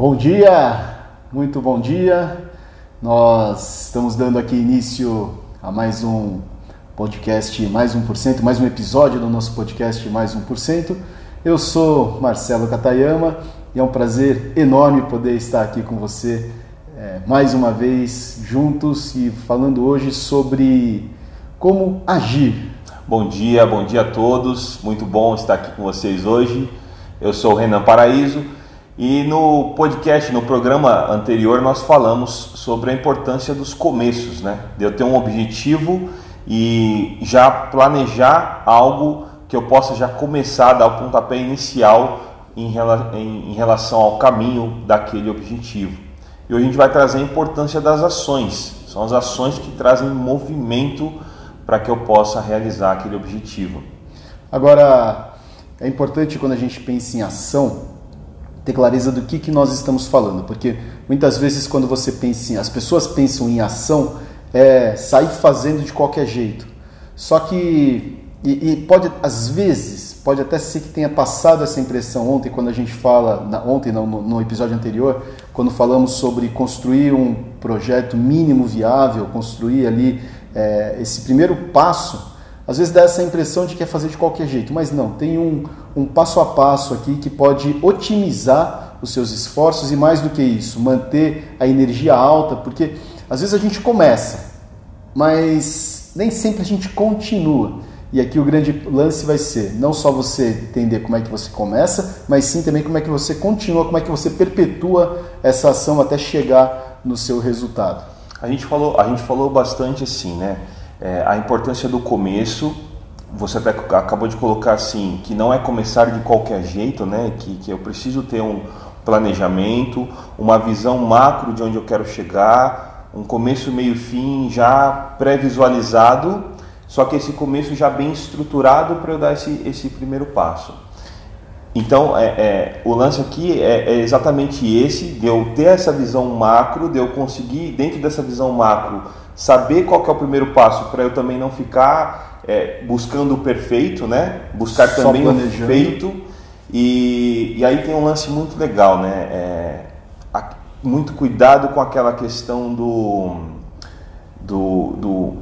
Bom dia, muito bom dia. Nós estamos dando aqui início a mais um podcast Mais 1%, mais um episódio do nosso podcast Mais 1%. Eu sou Marcelo Katayama e é um prazer enorme poder estar aqui com você mais uma vez juntos e falando hoje sobre como agir. Bom dia a todos, muito bom estar aqui com vocês hoje. Eu sou o Renan Paraíso e no podcast, no programa anterior, nós falamos sobre a importância dos começos, né? De eu ter um objetivo e já planejar algo que eu possa já começar a dar o pontapé inicial em relação ao caminho daquele objetivo. E hoje a gente vai trazer a importância das ações. São as ações que trazem movimento para que eu possa realizar aquele objetivo. Agora, é importante quando a gente pensa em ação, ter clareza do que nós estamos falando, porque muitas vezes quando você pensa as pessoas pensam em ação, sair fazendo de qualquer jeito. Só que, pode, às vezes, pode até ser que tenha passado essa impressão ontem, quando a gente fala, no episódio anterior, quando falamos sobre construir um projeto mínimo viável, construir ali esse primeiro passo, às vezes dá essa impressão de que é fazer de qualquer jeito, mas não, tem um passo a passo aqui que pode otimizar os seus esforços e mais do que isso, manter a energia alta, porque às vezes a gente começa, mas nem sempre a gente continua. E aqui o grande lance vai ser não só você entender como é que você começa, mas sim também como é que você continua, como é que você perpetua essa ação até chegar no seu resultado. A gente falou bastante assim, né? A importância do começo. Você até acabou de colocar assim, que não é começar de qualquer jeito, né? Que eu preciso ter um planejamento, uma visão macro de onde eu quero chegar, um começo, meio e fim já pré-visualizado, só que esse começo já bem estruturado para eu dar esse primeiro passo. Então, o lance aqui é exatamente esse, de eu ter essa visão macro, de eu conseguir, dentro dessa visão macro, saber qual que é o primeiro passo, para eu também não ficar buscando o perfeito, né? Buscar só também planejando. O perfeito. E aí tem um lance muito legal, né? Muito cuidado com aquela questão do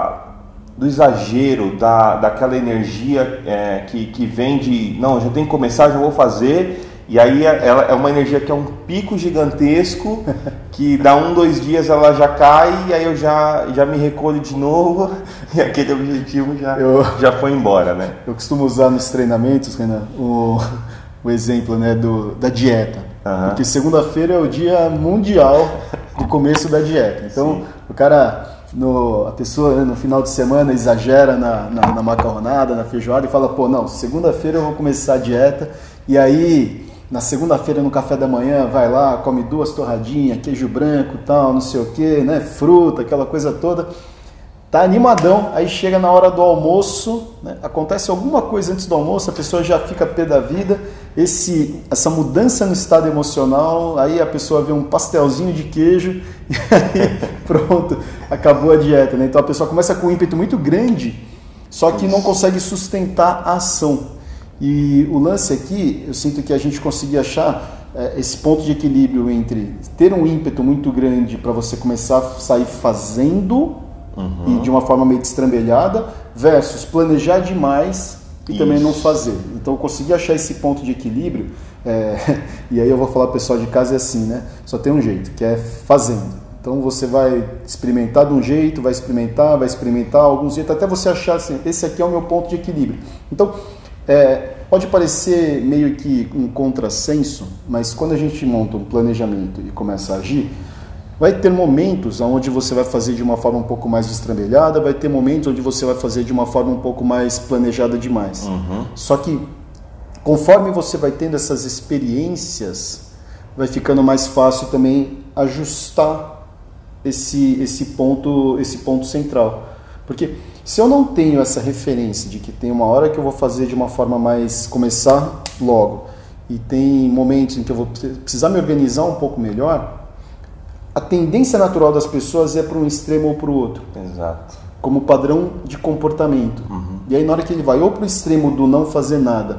exagero, daquela energia que vem de, não, já tenho que começar, já vou fazer, e aí ela é uma energia que é um pico gigantesco, que dá 2 dias ela já cai, e aí eu já me recolho de novo, e aquele objetivo já foi embora, né? Eu costumo usar nos treinamentos, Renan, o exemplo, né, da dieta, porque segunda-feira é o dia mundial do começo da dieta, então sim. O cara... A pessoa no final de semana exagera na macarronada, na feijoada e fala, pô, não, segunda-feira eu vou começar a dieta, e aí na segunda-feira no café da manhã vai lá, come 2 torradinhas, queijo branco, tal, não sei o que, né, fruta, aquela coisa toda, tá animadão, aí chega na hora do almoço, né, acontece alguma coisa antes do almoço, a pessoa já fica pé da vida, essa mudança no estado emocional, aí a pessoa vê um pastelzinho de queijo e aí pronto, acabou a dieta, né? Então a pessoa começa com um ímpeto muito grande, só que não consegue sustentar a ação. E o lance aqui, eu sinto que a gente conseguir achar esse ponto de equilíbrio entre ter um ímpeto muito grande para você começar a sair fazendo e de uma forma meio destrambelhada, versus planejar demais e também não fazer. Então, conseguir achar esse ponto de equilíbrio, e aí eu vou falar pro pessoal de casa, é assim, né? Só tem um jeito, que é fazendo. Então, você vai experimentar de um jeito, vai experimentar alguns jeitos, até você achar assim, esse aqui é o meu ponto de equilíbrio. Então, pode parecer meio que um contrassenso, mas quando a gente monta um planejamento e começa a agir, vai ter momentos onde você vai fazer de uma forma um pouco mais destrambelhada, vai ter momentos onde você vai fazer de uma forma um pouco mais planejada demais. Só que, conforme você vai tendo essas experiências, vai ficando mais fácil também ajustar esse ponto central. Porque se eu não tenho essa referência de que tem uma hora que eu vou fazer de uma forma mais, começar logo, e tem momentos em que eu vou precisar me organizar um pouco melhor, a tendência natural das pessoas é para um extremo ou para o outro. Exato. Como padrão de comportamento. E aí na hora que ele vai ou para o extremo do não fazer nada,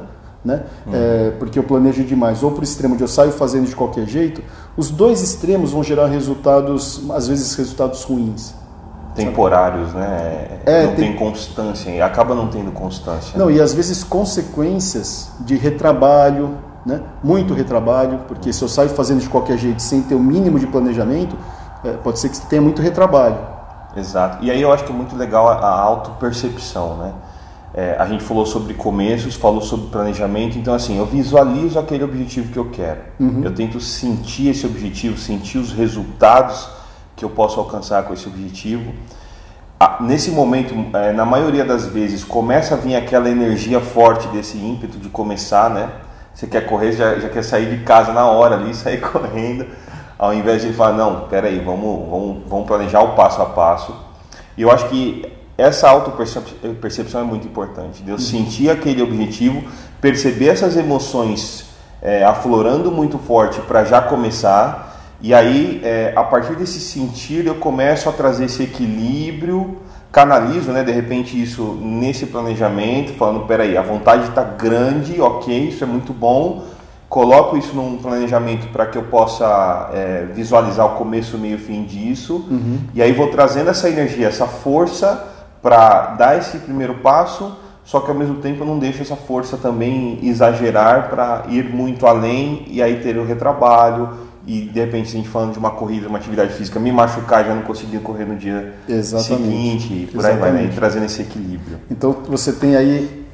né? Porque eu planejo demais, ou para o extremo de eu saio fazendo de qualquer jeito, os dois extremos vão gerar resultados, às vezes resultados ruins. Temporários, né? Não tem constância, e acaba não tendo constância. Não, e às vezes consequências de retrabalho, né? Muito retrabalho, porque se eu saio fazendo de qualquer jeito sem ter o mínimo de planejamento, pode ser que tenha muito retrabalho. Exato. E aí eu acho que é muito legal a autopercepção, né? A gente falou sobre começos, falou sobre planejamento, então assim, eu visualizo aquele objetivo que eu quero. Eu tento sentir esse objetivo, sentir os resultados que eu posso alcançar com esse objetivo. Nesse momento, na maioria das vezes, começa a vir aquela energia forte desse ímpeto de começar, né? Você quer correr, já quer sair de casa na hora ali, sair correndo, ao invés de falar, não, peraí, vamos planejar o passo a passo. E eu acho que essa autopercepção é muito importante, de eu sentir aquele objetivo, perceber essas emoções aflorando muito forte para já começar, e aí a partir desse sentir eu começo a trazer esse equilíbrio, canalizo, né, de repente isso nesse planejamento, falando, peraí, a vontade está grande, ok, isso é muito bom, coloco isso num planejamento para que eu possa visualizar o começo, meio e fim disso, e aí vou trazendo essa energia, essa força para dar esse primeiro passo, só que ao mesmo tempo eu não deixo essa força também exagerar para ir muito além e aí ter o retrabalho e de repente, se a gente falando de uma corrida, uma atividade física, me machucar, já não conseguir correr no dia seguinte, e por aí vai, né? E trazendo esse equilíbrio. Então você tem aí,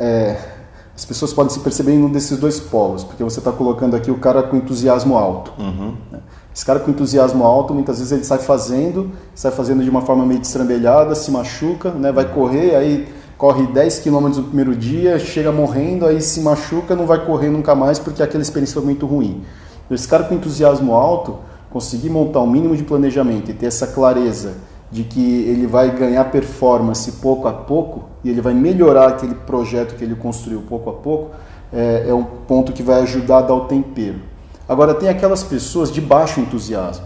as pessoas podem se perceber em um desses dois polos, porque você está colocando aqui o cara com entusiasmo alto. Né? Esse cara com entusiasmo alto, muitas vezes ele sai fazendo de uma forma meio destrambelhada, se machuca, né? Vai correr, aí corre 10 km no primeiro dia, chega morrendo, aí se machuca, não vai correr nunca mais porque aquela experiência foi muito ruim. Esse cara com entusiasmo alto, conseguir montar um mínimo de planejamento e ter essa clareza de que ele vai ganhar performance pouco a pouco e ele vai melhorar aquele projeto que ele construiu pouco a pouco, é um ponto que vai ajudar a dar o tempero. Agora, tem aquelas pessoas de baixo entusiasmo.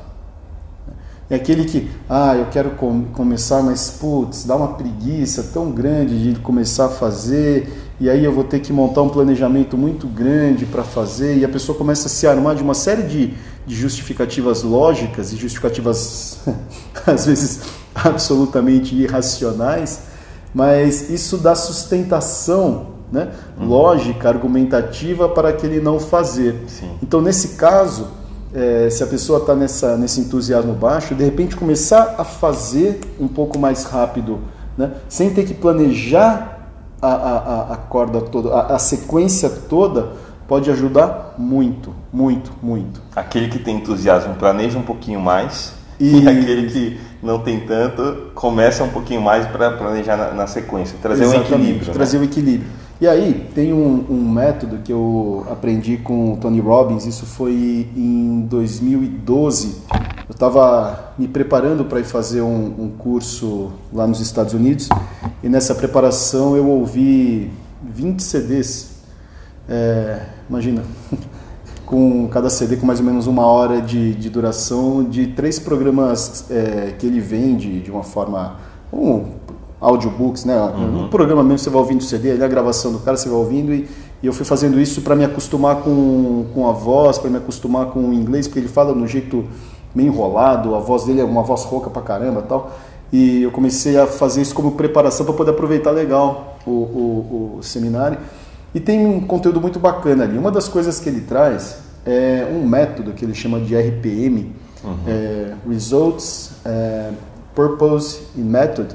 É aquele que, eu quero começar, mas putz, dá uma preguiça tão grande de começar a fazer, e aí eu vou ter que montar um planejamento muito grande para fazer, e a pessoa começa a se armar de uma série de justificativas lógicas e justificativas, às vezes, absolutamente irracionais, mas isso dá sustentação, né? Lógica, argumentativa para aquele não fazer. Sim. Então, nesse caso, se a pessoa está nesse entusiasmo baixo, de repente começar a fazer um pouco mais rápido, né? Sem ter que planejar a corda toda, a sequência toda, pode ajudar muito, muito, muito. Aquele que tem entusiasmo planeja um pouquinho mais, e aquele que não tem tanto começa um pouquinho mais para planejar na sequência, trazer um equilíbrio. Trazer um equilíbrio. E aí, tem um método que eu aprendi com o Tony Robbins, isso foi em 2012. Eu estava me preparando para ir fazer um curso lá nos Estados Unidos, e nessa preparação eu ouvi 20 CDs, imagina, com cada CD com mais ou menos 1 hora de duração, de 3 programas que ele vende de uma forma... audiobooks, né? Um programa mesmo, você vai ouvindo o CD, ali a gravação do cara, você vai ouvindo, e eu fui fazendo isso para me acostumar com a voz, para me acostumar com o inglês, porque ele fala de um jeito meio enrolado, a voz dele é uma voz rouca pra caramba e tal, e eu comecei a fazer isso como preparação para poder aproveitar legal o seminário, e tem um conteúdo muito bacana ali. Uma das coisas que ele traz é um método que ele chama de RPM, Results, Purpose e Method,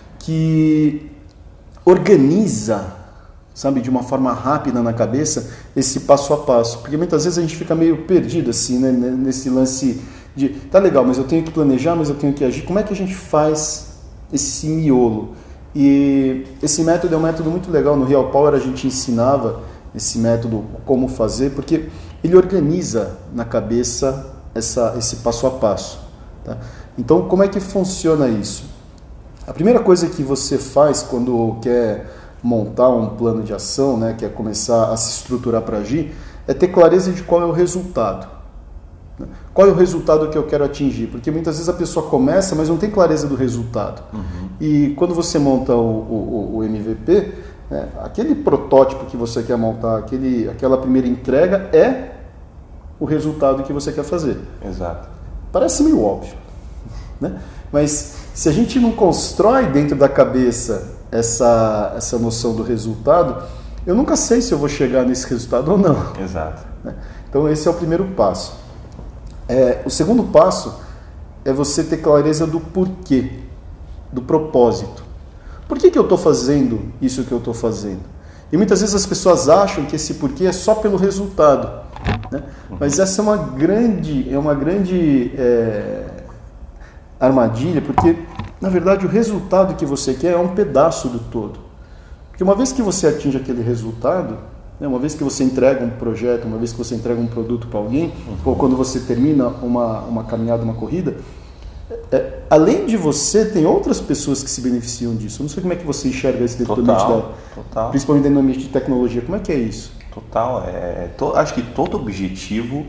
que organiza, sabe, de uma forma rápida na cabeça esse passo a passo, porque muitas vezes a gente fica meio perdido assim, né, nesse lance de, tá legal, mas eu tenho que planejar, mas eu tenho que agir, como é que a gente faz esse miolo? E esse método é um método muito legal. No Real Power a gente ensinava esse método, como fazer, porque ele organiza na cabeça esse passo a passo, tá? Então, como é que funciona isso? A primeira coisa que você faz quando quer montar um plano de ação, né, quer começar a se estruturar para agir, é ter clareza de qual é o resultado. Qual é o resultado que eu quero atingir? Porque muitas vezes a pessoa começa, mas não tem clareza do resultado. E quando você monta o MVP, Aquele protótipo que você quer montar, aquela primeira entrega é o resultado que você quer fazer. Exato. Parece meio óbvio, né? Mas se a gente não constrói dentro da cabeça essa noção do resultado, eu nunca sei se eu vou chegar nesse resultado ou não. Exato. Então esse é o primeiro passo. O segundo passo é você ter clareza do porquê, do propósito. Por que eu estou fazendo isso que eu estou fazendo? E muitas vezes as pessoas acham que esse porquê é só pelo resultado, né? Mas essa é uma grande armadilha, porque na verdade o resultado que você quer é um pedaço do todo. Porque uma vez que você atinge aquele resultado, né, uma vez que você entrega um projeto, uma vez que você entrega um produto para alguém, ou quando você termina uma caminhada, uma corrida, além de você, tem outras pessoas que se beneficiam disso. Eu não sei como é que você enxerga isso dentro do ambiente principalmente dentro do ambiente de tecnologia. Como é que é isso? Total. Acho que todo objetivo,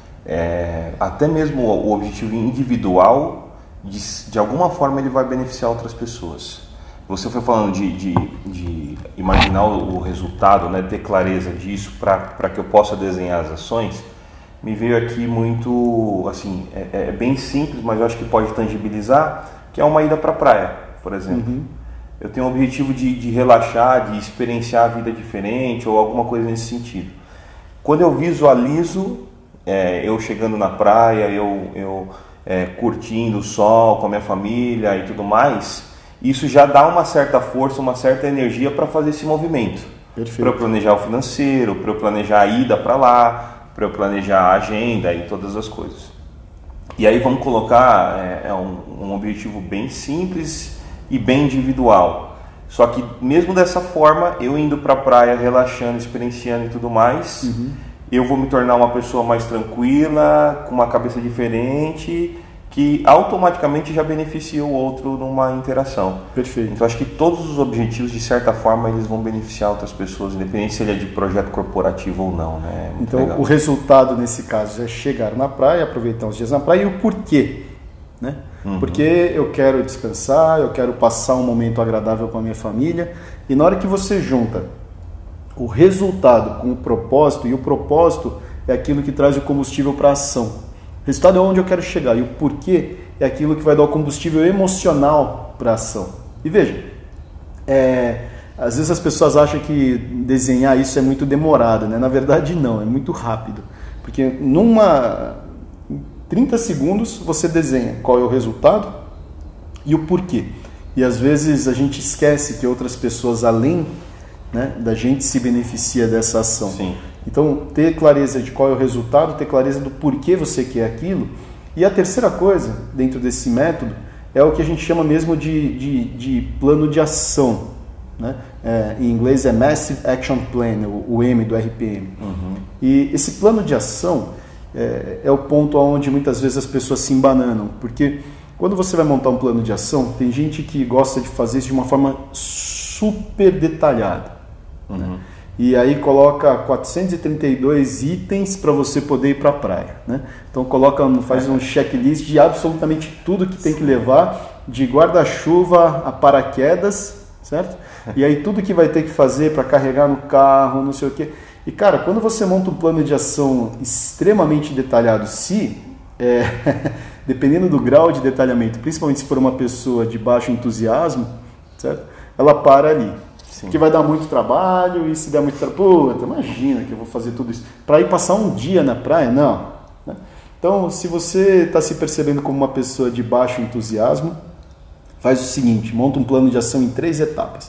até mesmo o objetivo individual, de alguma forma ele vai beneficiar outras pessoas. Você foi falando de imaginar o resultado, né, ter clareza disso para que eu possa desenhar as ações. Me veio aqui muito, assim, bem simples, mas eu acho que pode tangibilizar, que é uma ida para a praia, por exemplo. Eu tenho o objetivo de relaxar, de experienciar a vida diferente ou alguma coisa nesse sentido. Quando eu visualizo eu chegando na praia, eu curtindo o sol com a minha família e tudo mais, isso já dá uma certa força, uma certa energia para fazer esse movimento. Para eu planejar o financeiro, para eu planejar a ida para lá, para eu planejar a agenda e todas as coisas. E aí vamos colocar um objetivo bem simples e bem individual. Só que mesmo dessa forma, eu indo para a praia, relaxando, experienciando e tudo mais, eu vou me tornar uma pessoa mais tranquila, com uma cabeça diferente, que automaticamente já beneficia o outro numa interação. Perfeito. Então acho que todos os objetivos, de certa forma, eles vão beneficiar outras pessoas, independente se ele é de projeto corporativo ou não, né? Então legal. O resultado nesse caso é chegar na praia, aproveitar os dias na praia, e o porquê, né? Porque eu quero descansar, eu quero passar um momento agradável com a minha família, e na hora que você junta o resultado com o propósito, e o propósito é aquilo que traz o combustível para a ação. O resultado é onde eu quero chegar, e o porquê é aquilo que vai dar o combustível emocional para a ação. E veja, às vezes as pessoas acham que desenhar isso é muito demorado, né? Na verdade não, é muito rápido. Porque em 30 segundos você desenha qual é o resultado e o porquê. E às vezes a gente esquece que outras pessoas além, né, da gente se beneficia dessa ação. Sim. Então, ter clareza de qual é o resultado, ter clareza do porquê você quer aquilo. E a terceira coisa, dentro desse método, é o que a gente chama mesmo de plano de ação, né? Em inglês é Massive Action Plan, o M do RPM. E esse plano de ação é o ponto onde muitas vezes as pessoas se embananam, porque quando você vai montar um plano de ação, tem gente que gosta de fazer isso de uma forma super detalhada, né? E aí coloca 432 itens para você poder ir para a praia, né? Então faz um checklist de absolutamente tudo que tem que levar, de guarda-chuva a paraquedas, certo? E aí tudo que vai ter que fazer para carregar no carro, não sei o quê. E cara, quando você monta um plano de ação extremamente detalhado, dependendo do grau de detalhamento, principalmente se for uma pessoa de baixo entusiasmo, certo? Ela para ali. Sim. Que vai dar muito trabalho, e se der muito trabalho, imagina que eu vou fazer tudo isso. Para ir passar um dia na praia? Não. Né? Então, se você está se percebendo como uma pessoa de baixo entusiasmo, faz o seguinte, monta um plano de ação em 3 etapas.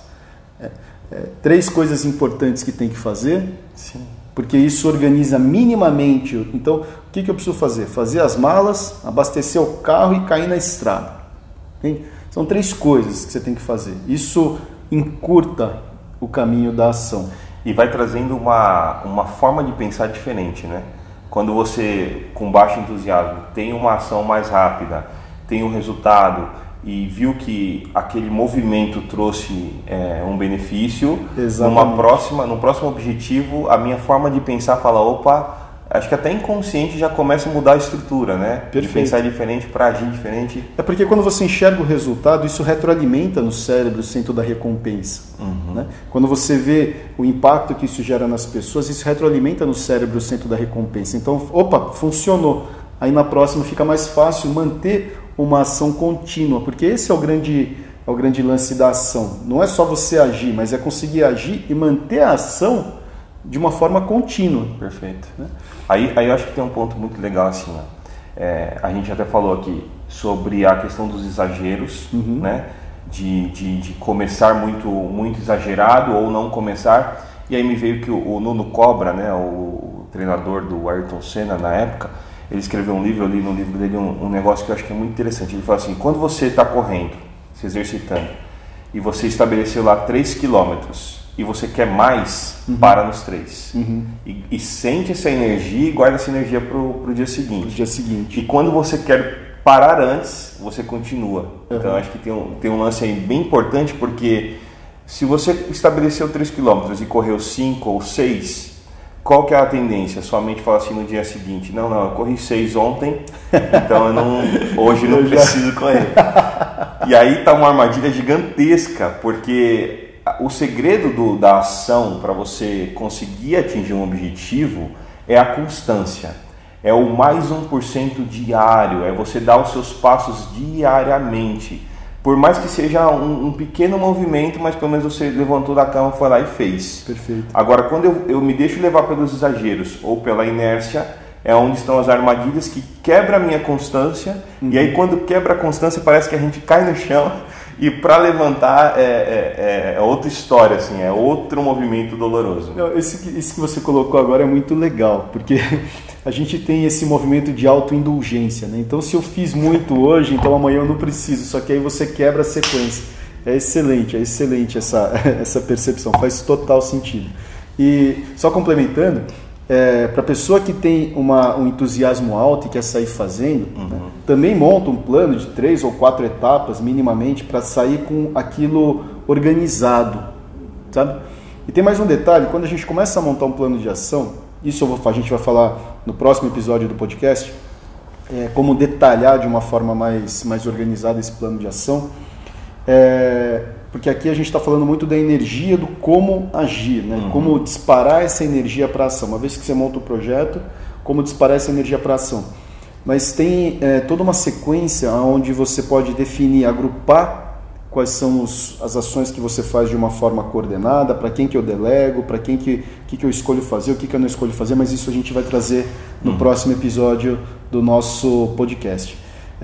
3 coisas importantes que tem que fazer, sim, porque isso organiza minimamente. Então, o que eu preciso fazer? Fazer as malas, abastecer o carro e cair na estrada. Hein? São 3 coisas que você tem que fazer. Isso encurta o caminho da ação. E vai trazendo uma forma de pensar diferente, né? Quando você, com baixo entusiasmo, tem uma ação mais rápida, tem um resultado e viu que aquele movimento trouxe um benefício, no próximo objetivo, a minha forma de pensar fala, opa, acho que até inconsciente já começa a mudar a estrutura, né? Perfeito. De pensar diferente para agir diferente. É porque quando você enxerga o resultado, isso retroalimenta no cérebro o centro da recompensa. Né? Quando você vê o impacto que isso gera nas pessoas, isso retroalimenta no cérebro o centro da recompensa. Então, opa, funcionou. Aí na próxima fica mais fácil manter uma ação contínua, porque esse é o grande lance da ação. Não é só você agir, mas é conseguir agir e manter a ação de uma forma contínua. Perfeito. Né? Aí eu acho que tem um ponto muito legal assim, ó. A gente até falou aqui sobre a questão dos exageros, né? De começar muito exagerado ou não começar. E aí me veio que o Nuno Cobra, né? O treinador do Ayrton Senna na época, ele escreveu um livro, eu li no livro dele um negócio que eu acho que é muito interessante. Ele fala assim, quando você está correndo, se exercitando, e você estabeleceu lá 3 quilômetros, e você quer mais, para nos 3. E sente essa energia e guarda essa energia para o dia seguinte. E quando você quer parar antes, você continua. Então acho que tem um lance aí bem importante, porque se você estabeleceu 3 quilômetros e correu 5 ou 6, qual que é a tendência? Sua mente fala assim no dia seguinte, não, eu corri 6 ontem, então hoje não preciso correr. E aí está uma armadilha gigantesca, porque o segredo da ação para você conseguir atingir um objetivo é a constância. É o mais 1% diário, é você dar os seus passos diariamente. Por mais que seja um pequeno movimento, mas pelo menos você levantou da cama, foi lá e fez. Perfeito. Agora, quando eu me deixo levar pelos exageros ou pela inércia, é onde estão as armadilhas que quebram a minha constância. E aí, quando quebra a constância, parece que a gente cai no chão. E para levantar é outra história, assim, é outro movimento doloroso. Esse que você colocou agora é muito legal, porque a gente tem esse movimento de autoindulgência, né? Então, se eu fiz muito hoje, então amanhã eu não preciso, só que aí você quebra a sequência. É excelente essa percepção, faz total sentido. E só complementando, para a pessoa que tem um entusiasmo alto e quer sair fazendo, né, também monta um plano de 3 ou 4 etapas minimamente para sair com aquilo organizado, sabe? E tem mais um detalhe, quando a gente começa a montar um plano de ação, isso a gente vai falar no próximo episódio do podcast, como detalhar de uma forma mais organizada esse plano de ação, porque aqui a gente está falando muito da energia do como agir, né? Como disparar essa energia para a ação. Uma vez que você monta o projeto, como disparar essa energia para a ação. Mas tem toda uma sequência onde você pode definir, agrupar quais são as ações que você faz de uma forma coordenada, para quem que eu delego, para quem que eu escolho fazer, o que eu não escolho fazer, mas isso a gente vai trazer no próximo episódio do nosso podcast.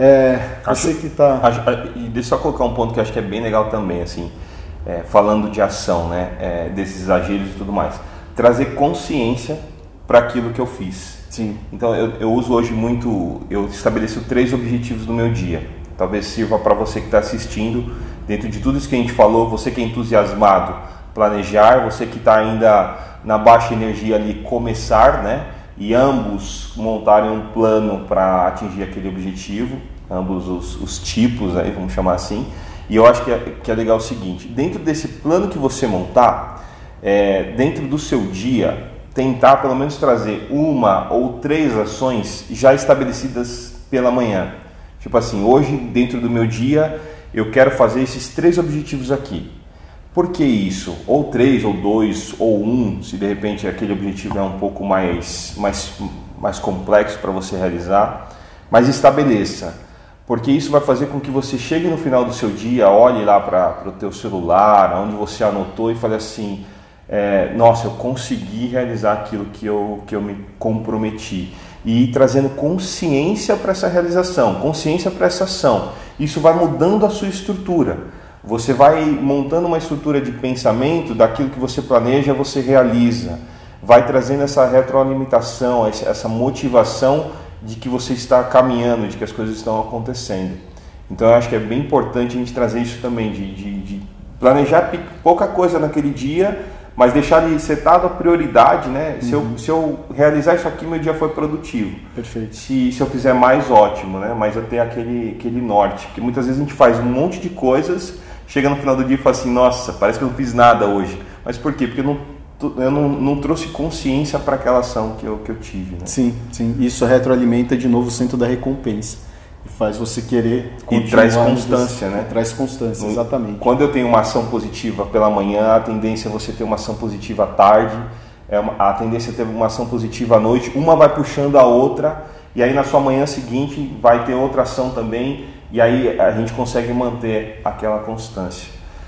Você que tá... E deixa eu só colocar um ponto que eu acho que é bem legal também, assim, falando de ação, né, desses exageros e tudo mais. Trazer consciência para aquilo que eu fiz. Sim. Então eu uso hoje muito, eu estabeleço 3 objetivos no meu dia. Talvez sirva para você que está assistindo, dentro de tudo isso que a gente falou, você que é entusiasmado, planejar, você que está ainda na baixa energia ali, começar, né? E ambos montarem um plano para atingir aquele objetivo, ambos os tipos, aí, vamos chamar assim. E eu acho que é legal o seguinte, dentro desse plano que você montar, dentro do seu dia, tentar pelo menos trazer 1 ou 3 ações já estabelecidas pela manhã. Tipo assim, hoje dentro do meu dia eu quero fazer esses 3 objetivos aqui. Por que isso? Ou 3, ou 2, ou 1, se de repente aquele objetivo é um pouco mais complexo para você realizar, mas estabeleça, porque isso vai fazer com que você chegue no final do seu dia, olhe lá para o teu celular, onde você anotou e fale assim, nossa, eu consegui realizar aquilo que eu me comprometi. E ir trazendo consciência para essa realização, consciência para essa ação. Isso vai mudando a sua estrutura. Você vai montando uma estrutura de pensamento, daquilo que você planeja, você realiza. Vai trazendo essa retroalimentação, essa motivação de que você está caminhando, de que as coisas estão acontecendo. Então eu acho que é bem importante a gente trazer isso também, de planejar pouca coisa naquele dia, mas deixar ali setado a prioridade, né? Se eu realizar isso aqui, meu dia foi produtivo. Perfeito. Se eu fizer mais, ótimo, né? Mas eu tenho aquele norte, porque muitas vezes a gente faz um monte de coisas, chega no final do dia e fala assim, nossa, parece que eu não fiz nada hoje. Mas por quê? Porque eu não eu não trouxe consciência para aquela ação que eu tive. Né? Sim, sim. Isso retroalimenta de novo o centro da recompensa. E faz você querer continuar. E traz constância, né? Traz constância, exatamente. Quando eu tenho uma ação positiva pela manhã, a tendência é você ter uma ação positiva à tarde, a tendência é ter uma ação positiva à noite, uma vai puxando a outra, e aí na sua manhã seguinte vai ter outra ação também, e aí a gente consegue manter aquela constância.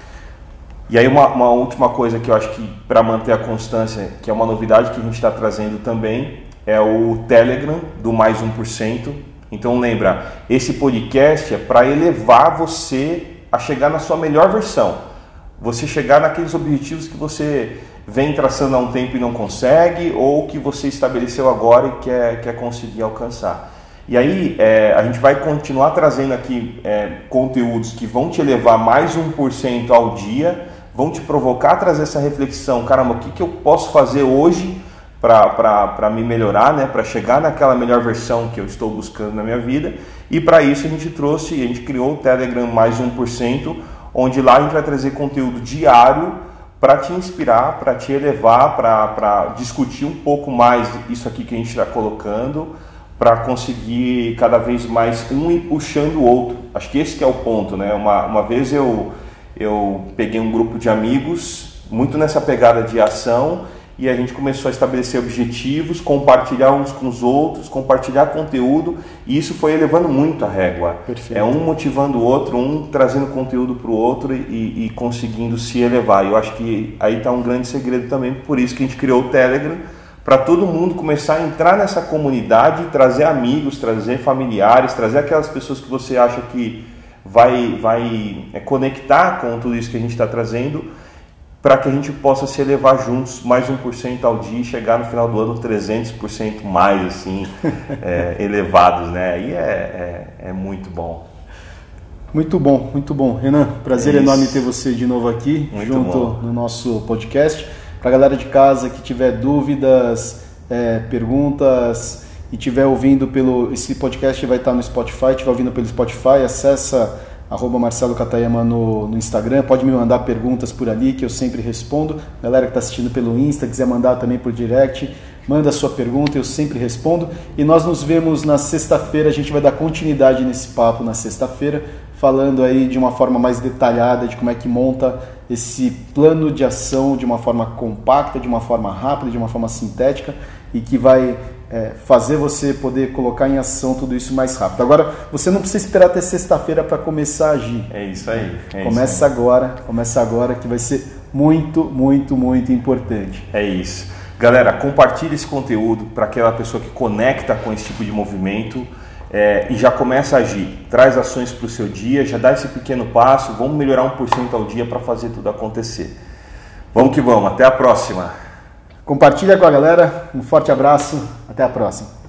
E aí uma última coisa que eu acho que para manter a constância, que é uma novidade que a gente está trazendo também, é o Telegram do Mais 1%. Então lembra, esse podcast é para elevar você a chegar na sua melhor versão. Você chegar naqueles objetivos que você vem traçando há um tempo e não consegue, ou que você estabeleceu agora e quer conseguir alcançar. E aí a gente vai continuar trazendo aqui conteúdos que vão te elevar mais 1% ao dia, vão te provocar a trazer essa reflexão, caramba, o que eu posso fazer hoje para me melhorar, né? Para chegar naquela melhor versão que eu estou buscando na minha vida. E para isso a gente criou o Telegram Mais 1%, onde lá a gente vai trazer conteúdo diário para te inspirar, para te elevar, para discutir um pouco mais isso aqui que a gente está colocando, para conseguir cada vez mais um ir puxando o outro. Acho que esse que é o ponto, né? Uma vez eu peguei um grupo de amigos, muito nessa pegada de ação, e a gente começou a estabelecer objetivos, compartilhar uns com os outros, compartilhar conteúdo, e isso foi elevando muito a régua. Perfeito. É um motivando o outro, um trazendo conteúdo para o outro e conseguindo se elevar. Eu acho que aí está um grande segredo também, por isso que a gente criou o Telegram, para todo mundo começar a entrar nessa comunidade, trazer amigos, trazer familiares, trazer aquelas pessoas que você acha que vai conectar com tudo isso que a gente está trazendo, para que a gente possa se elevar juntos mais 1% ao dia e chegar no final do ano 300% mais assim, elevados, né? Aí é muito bom. Muito bom, muito bom. Renan, prazer enorme ter você de novo aqui, muito junto bom. No nosso podcast. Para a galera de casa que tiver dúvidas, perguntas e estiver ouvindo esse podcast vai estar no Spotify, estiver ouvindo pelo Spotify, acessa @Marcelo Katayama no Instagram, pode me mandar perguntas por ali que eu sempre respondo. Galera que está assistindo pelo Insta, quiser mandar também por direct, manda a sua pergunta, eu sempre respondo. E nós nos vemos na sexta-feira, a gente vai dar continuidade nesse papo na sexta-feira, falando aí de uma forma mais detalhada de como é que monta esse plano de ação de uma forma compacta, de uma forma rápida, de uma forma sintética e que vai fazer você poder colocar em ação tudo isso mais rápido. Agora, você não precisa esperar até sexta-feira para começar a agir. É isso aí. Começa agora que vai ser muito, muito, muito importante. É isso. Galera, compartilhe esse conteúdo para aquela pessoa que conecta com esse tipo de movimento e já começa a agir. Traz ações para o seu dia, já dá esse pequeno passo, vamos melhorar 1% ao dia para fazer tudo acontecer. Vamos que vamos, até a próxima. Compartilha com a galera, um forte abraço, até a próxima.